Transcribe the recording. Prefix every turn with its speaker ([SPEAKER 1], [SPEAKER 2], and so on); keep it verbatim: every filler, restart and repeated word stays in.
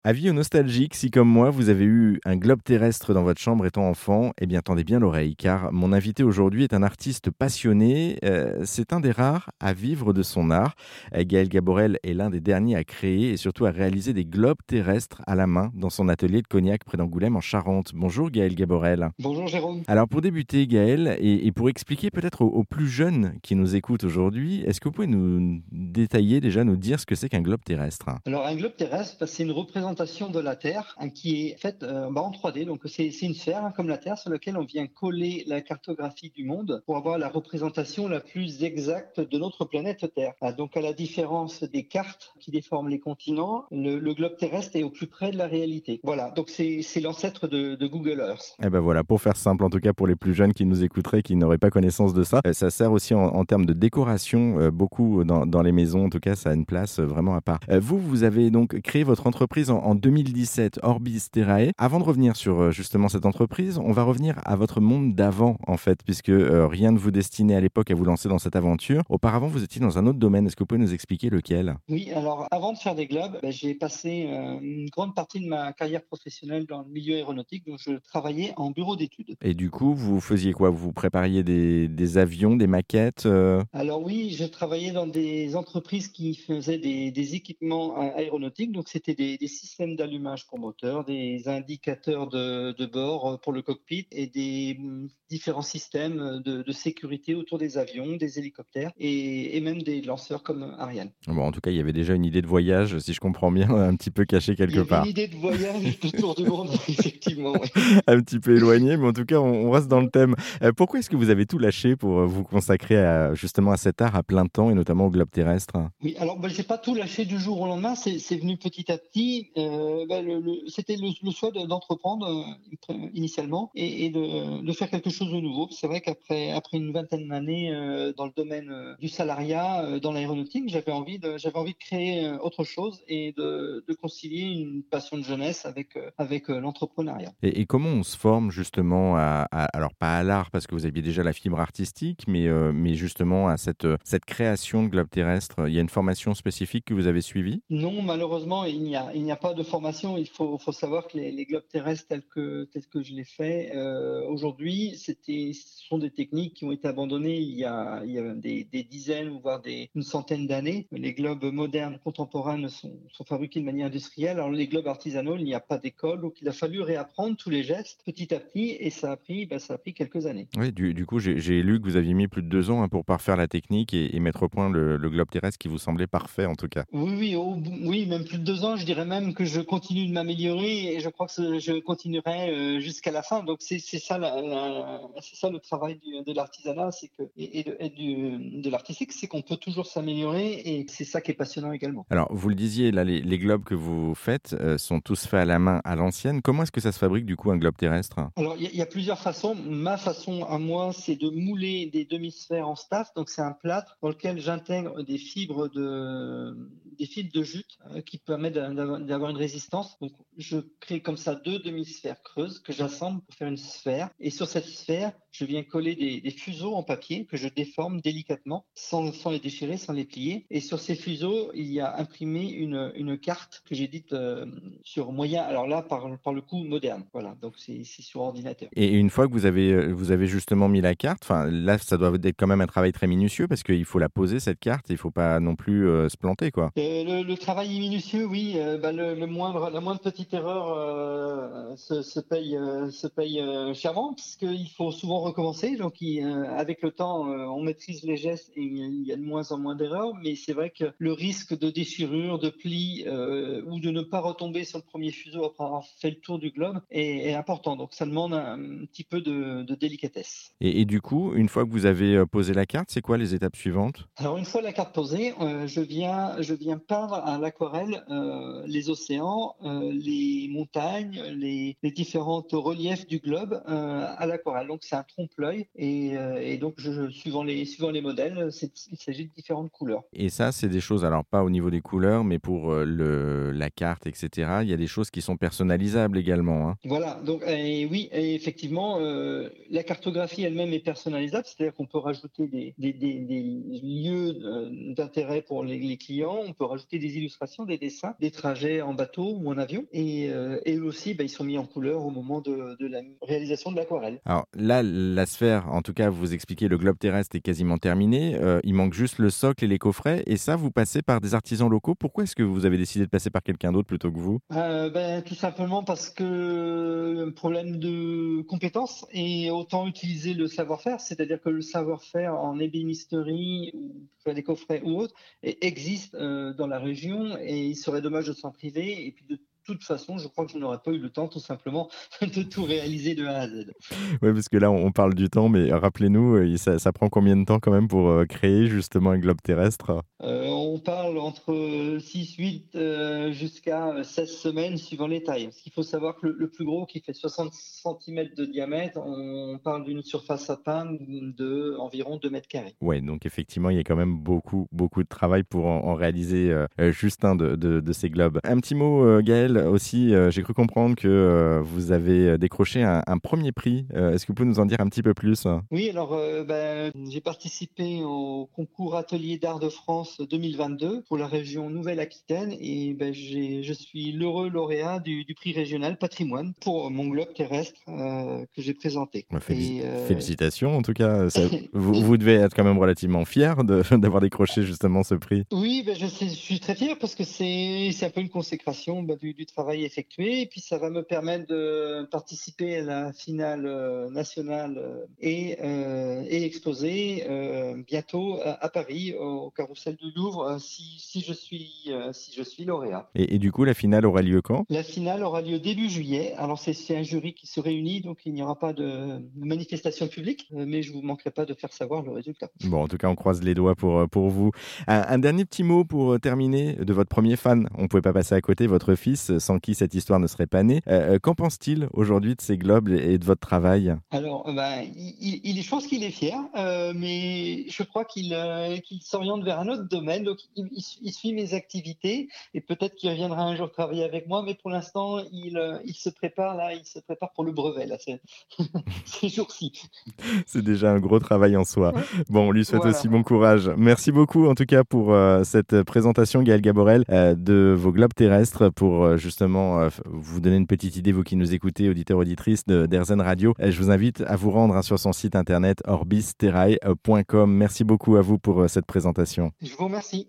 [SPEAKER 1] Avis aux nostalgiques, si comme moi, vous avez eu un globe terrestre dans votre chambre étant enfant, eh bien tendez bien l'oreille, car mon invité aujourd'hui est un artiste passionné. Euh, c'est un des rares à vivre de son art. Euh, Gaël Gaborel est l'un des derniers à créer et surtout à réaliser des globes terrestres à la main dans son atelier de Cognac près d'Angoulême en Charente. Bonjour Gaël Gaborel.
[SPEAKER 2] Bonjour Jérôme.
[SPEAKER 1] Alors pour débuter Gaël, et, et pour expliquer peut-être aux, aux plus jeunes qui nous écoutent aujourd'hui, est-ce que vous pouvez nous détailler déjà, nous dire ce que c'est qu'un globe terrestre?
[SPEAKER 2] Alors un globe terrestre, bah, c'est une représentation de la Terre hein, qui est faite euh, bah, en trois D. Donc c'est c'est une sphère hein, comme la Terre sur laquelle on vient coller la cartographie du monde pour avoir la représentation la plus exacte de notre planète Terre. Ah, donc à la différence des cartes qui déforment les continents, le, le globe terrestre est au plus près de la réalité. Voilà, donc c'est c'est l'ancêtre de, de Google Earth.
[SPEAKER 1] Eh ben voilà, pour faire simple, en tout cas pour les plus jeunes qui nous écouteraient, qui n'auraient pas connaissance de ça, euh, ça sert aussi en, en termes de décoration, euh, beaucoup dans, dans les maisons, en tout cas ça a une place euh, vraiment à part. Euh, vous, vous avez donc créé votre entreprise en, en deux mille dix-sept, Orbis Terrae. Avant de revenir sur euh, justement cette entreprise, on va revenir à votre monde d'avant en fait, puisque euh, rien ne vous destinait à l'époque à vous lancer dans cette aventure. Auparavant, vous étiez dans un autre domaine, est-ce que vous pouvez nous expliquer lequel?
[SPEAKER 2] Oui, alors avant de faire des globes, bah, j'ai passé euh, une grande partie de ma carrière professionnelle dans le milieu aéronautique, donc je travaillais en bureau d'études.
[SPEAKER 1] Et du coup, vous faisiez quoi? Vous prépariez des, des avions, des maquettes euh
[SPEAKER 2] Alors oui, j'ai travaillé dans des entreprises qui faisaient des, des équipements a- aéronautiques, donc c'était des, des systèmes d'allumage pour moteur, des indicateurs de, de bord euh, pour le cockpit et des hum, différents systèmes de, de sécurité autour des avions, des hélicoptères et, et même des lanceurs comme Ariane.
[SPEAKER 1] Bon, en tout cas, il y avait déjà une idée de voyage, si je comprends bien, un petit peu cachée
[SPEAKER 2] Il
[SPEAKER 1] quelque
[SPEAKER 2] y avait une
[SPEAKER 1] part.
[SPEAKER 2] idée de voyage de tour du monde, effectivement. Oui.
[SPEAKER 1] Un petit peu éloigné, mais en tout cas, on, on reste dans le thème. Euh, pourquoi est-ce que vous avez tout lâché pour euh, vous consacrer à, justement à cet art à plein temps et notamment au globe terrestre?
[SPEAKER 2] Oui, alors bah, j'ai pas tout lâché du jour au lendemain, c'est c'est venu petit à petit. Euh, bah, le, le- c'était le, le choix de- d'entreprendre euh, initialement et, et de, de faire quelque chose de nouveau. C'est vrai qu'après après une vingtaine d'années euh, dans le domaine euh, du salariat, euh, dans l'aéronautique, j'avais envie de j'avais envie de créer euh, autre chose et de, de concilier une passion de jeunesse avec euh, avec euh, l'entrepreneuriat.
[SPEAKER 1] Et, et comment on se forme justement à, à- alors pas à l'art parce que vous aviez déjà la fibre artistique, mais, euh, mais justement à cette, euh, cette création de globe terrestre. Il y a une formation spécifique que vous avez suivie?
[SPEAKER 2] Non, malheureusement, il n'y a, il n'y a pas de formation. Il faut, faut savoir que les, les globes terrestres tels que, tels que je les fais euh, aujourd'hui, c'était, ce sont des techniques qui ont été abandonnées il y a, il y a des, des dizaines ou voire des, une centaine d'années. Les globes modernes, contemporains sont, sont fabriqués de manière industrielle. Alors les globes artisanaux, il n'y a pas d'école, donc il a fallu réapprendre tous les gestes petit à petit, et ça a pris, ben, ça a pris quelques années.
[SPEAKER 1] Oui, du, du coup, j'ai j'ai lu que vous aviez mis plus de deux ans hein, pour parfaire la technique et, et mettre au point le, le globe terrestre qui vous semblait parfait en tout cas.
[SPEAKER 2] Oui, oui, au bout- oui, même plus de deux ans. Je dirais même que je continue de m'améliorer et je crois que ce- je continuerai euh, jusqu'à la fin. Donc c'est c'est ça, la- la- c'est ça le travail du- de l'artisanat, c'est que et, et de, et du- de l'artistique, c'est qu'on peut toujours s'améliorer et c'est ça qui est passionnant également.
[SPEAKER 1] Alors, vous le disiez, là, les, les globes que vous faites euh, sont tous faits à la main à l'ancienne. Comment est-ce que ça se fabrique du coup un globe terrestre?
[SPEAKER 2] Alors, il y, a il y a plusieurs façons. Ma façon à moi, c'est de mouler des demi-sphères en staff. Donc, c'est un plâtre dans lequel j'intègre des fibres de, des fibres de jute euh, qui permettent d'a- d'avoir d'avoir une résistance. Donc, je crée comme ça deux demi-sphères creuses que j'assemble pour faire une sphère. Et sur cette sphère, je viens coller des, des fuseaux en papier que je déforme délicatement, sans, sans les déchirer, sans les plier. Et sur ces fuseaux, il y a imprimé une, une carte que j'ai dite euh, sur moyen. Alors là, par, par le coup, moderne. Voilà. Donc, c'est c'est sur ordinateur.
[SPEAKER 1] Et une fois que vous avez, euh, vous avez justement mis la carte, enfin là, ça doit être quand même un travail très minutieux parce qu'il faut la poser cette carte, il faut pas non plus euh, se planter quoi.
[SPEAKER 2] Euh, le, le travail est minutieux, oui. Euh, bah, le, le moindre, la moindre petite erreur euh, se, se paye, euh, se paye euh, chèrement, parce qu'il faut souvent recommencer. Donc, il, euh, avec le temps, euh, on maîtrise les gestes et il y a de moins en moins d'erreurs. Mais c'est vrai que le risque de déchirure, de pli euh, ou de ne pas retomber sur le premier fuseau après avoir fait le tour du globe est, est important. Donc, ça demande un, un petit peu de, de délicatesse.
[SPEAKER 1] Et, et du coup, une fois que vous avez euh, posé la carte, c'est quoi les étapes suivantes?
[SPEAKER 2] Alors une fois la carte posée, euh, je viens, je viens peindre à l'aquarelle euh, les océans, euh, les montagnes, les, les différents reliefs du globe euh, à l'aquarelle. Donc c'est un trompe-l'œil. Et, euh, et donc, je, je- suivant, les, suivant les modèles, c'est- il s'agit de différentes couleurs.
[SPEAKER 1] Et ça, c'est des choses, alors pas au niveau des couleurs, mais pour euh, le, la carte, et cetera. Il y a des choses qui sont personnalisables également, hein.
[SPEAKER 2] Voilà, donc et oui, et effectivement, euh, la cartographie elle-même est personnalisable, c'est-à-dire qu'on peut rajouter des, des, des, des lieux euh, d'intérêt pour les, les clients, on peut rajouter des illustrations, des dessins, des trajets en bateau ou en avion, et, euh, et eux aussi, bah, ils sont mis en couleur au moment de, de la réalisation de l'aquarelle.
[SPEAKER 1] Alors là, la sphère, en tout cas, vous expliquez, le globe terrestre est quasiment terminé. Euh, il manque juste le socle et les coffrets. Et ça, vous passez par des artisans locaux. Pourquoi est-ce que vous avez décidé de passer par quelqu'un d'autre plutôt que vous?
[SPEAKER 2] Euh, ben, tout simplement parce que un problème de compétences et autant utiliser le savoir-faire, c'est-à-dire que le savoir-faire en ébénisterie ou faire des coffrets ou autre et- existe euh, dans la région et il serait dommage de s'en priver. Et puis de toute façon, je crois que je n'aurais pas eu le temps tout simplement de tout réaliser de A à Z.
[SPEAKER 1] Oui, parce que là, on on parle du temps, mais rappelez-nous, euh, ça, ça prend combien de temps quand même pour euh, créer justement un globe terrestre?
[SPEAKER 2] Euh, on parle entre six huit euh, jusqu'à seize semaines suivant les tailles. Parce qu'il faut savoir que le, le plus gros qui fait soixante centimètres de diamètre, on parle d'une surface à peindre de environ deux mètres carrés.
[SPEAKER 1] Ouais, donc effectivement, il y a quand même beaucoup, beaucoup de travail pour en, en réaliser euh, euh, juste un de, de, de ces globes. Un petit mot, euh, Gaël, aussi, euh, j'ai cru comprendre que euh, vous avez décroché un, un premier prix. Euh, est-ce que vous pouvez nous en dire un petit peu plus?
[SPEAKER 2] Oui, alors euh, ben, j'ai participé au concours Atelier d'Art de France deux mille vingt-deux pour la région Nouvelle-Aquitaine et ben, j'ai, je suis l'heureux lauréat du, du prix régional patrimoine pour mon globe terrestre euh, que j'ai présenté.
[SPEAKER 1] Ouais, félici-
[SPEAKER 2] Et, euh,
[SPEAKER 1] Félicitations, en tout cas. Ça- vous, vous devez être quand même relativement fier de- d'avoir décroché justement ce prix.
[SPEAKER 2] Oui, ben je, sais- je suis très fier parce que c'est c'est un peu une consécration ben, du, du travail effectué et puis ça va me permettre de participer à la finale euh, nationale euh, et, euh, et exposer euh, bientôt à, à Paris au Carrousel du Louvre euh, si, si je suis euh, si je suis lauréat.
[SPEAKER 1] Et, et du coup, la finale aura lieu quand?
[SPEAKER 2] La finale aura lieu début juillet. Alors c'est c'est un jury qui se réunit donc il n'y aura pas de, de manifestation publique, euh, mais je vous manquerai pas de faire savoir le résultat.
[SPEAKER 1] Bon, en tout cas, on croise les doigts pour, pour vous. Un, un dernier petit mot pour terminer de votre premier fan. On ne pouvait pas passer à côté, votre fils, sans qui cette histoire ne serait pas née. Euh, qu'en pense-t-il aujourd'hui de ces globes et de votre travail?
[SPEAKER 2] Alors, euh, ben, il, il, je pense qu'il est fier, euh, mais je crois qu'il euh, qu'il s'oriente vers un autre domaine. Donc, il, il, il suit mes activités et peut-être qu'il reviendra un jour travailler avec moi. Mais pour l'instant, il, euh, il se prépare là, il se prépare pour le brevet là, ces, ces jours-ci.
[SPEAKER 1] C'est déjà un gros travail en soi. Bon, on lui souhaite
[SPEAKER 2] Voilà.
[SPEAKER 1] aussi bon courage. Merci beaucoup en tout cas pour euh, cette présentation, Gaël Gaborel, euh, de vos globes terrestres pour euh, justement euh, vous donner une petite idée, vous qui nous écoutez, auditeurs, auditrices de d'Airzen Radio. Euh, je vous invite à vous rendre hein, sur son site internet orbis terrae point com. Merci beaucoup à vous pour euh, cette présentation.
[SPEAKER 2] Je vous remercie.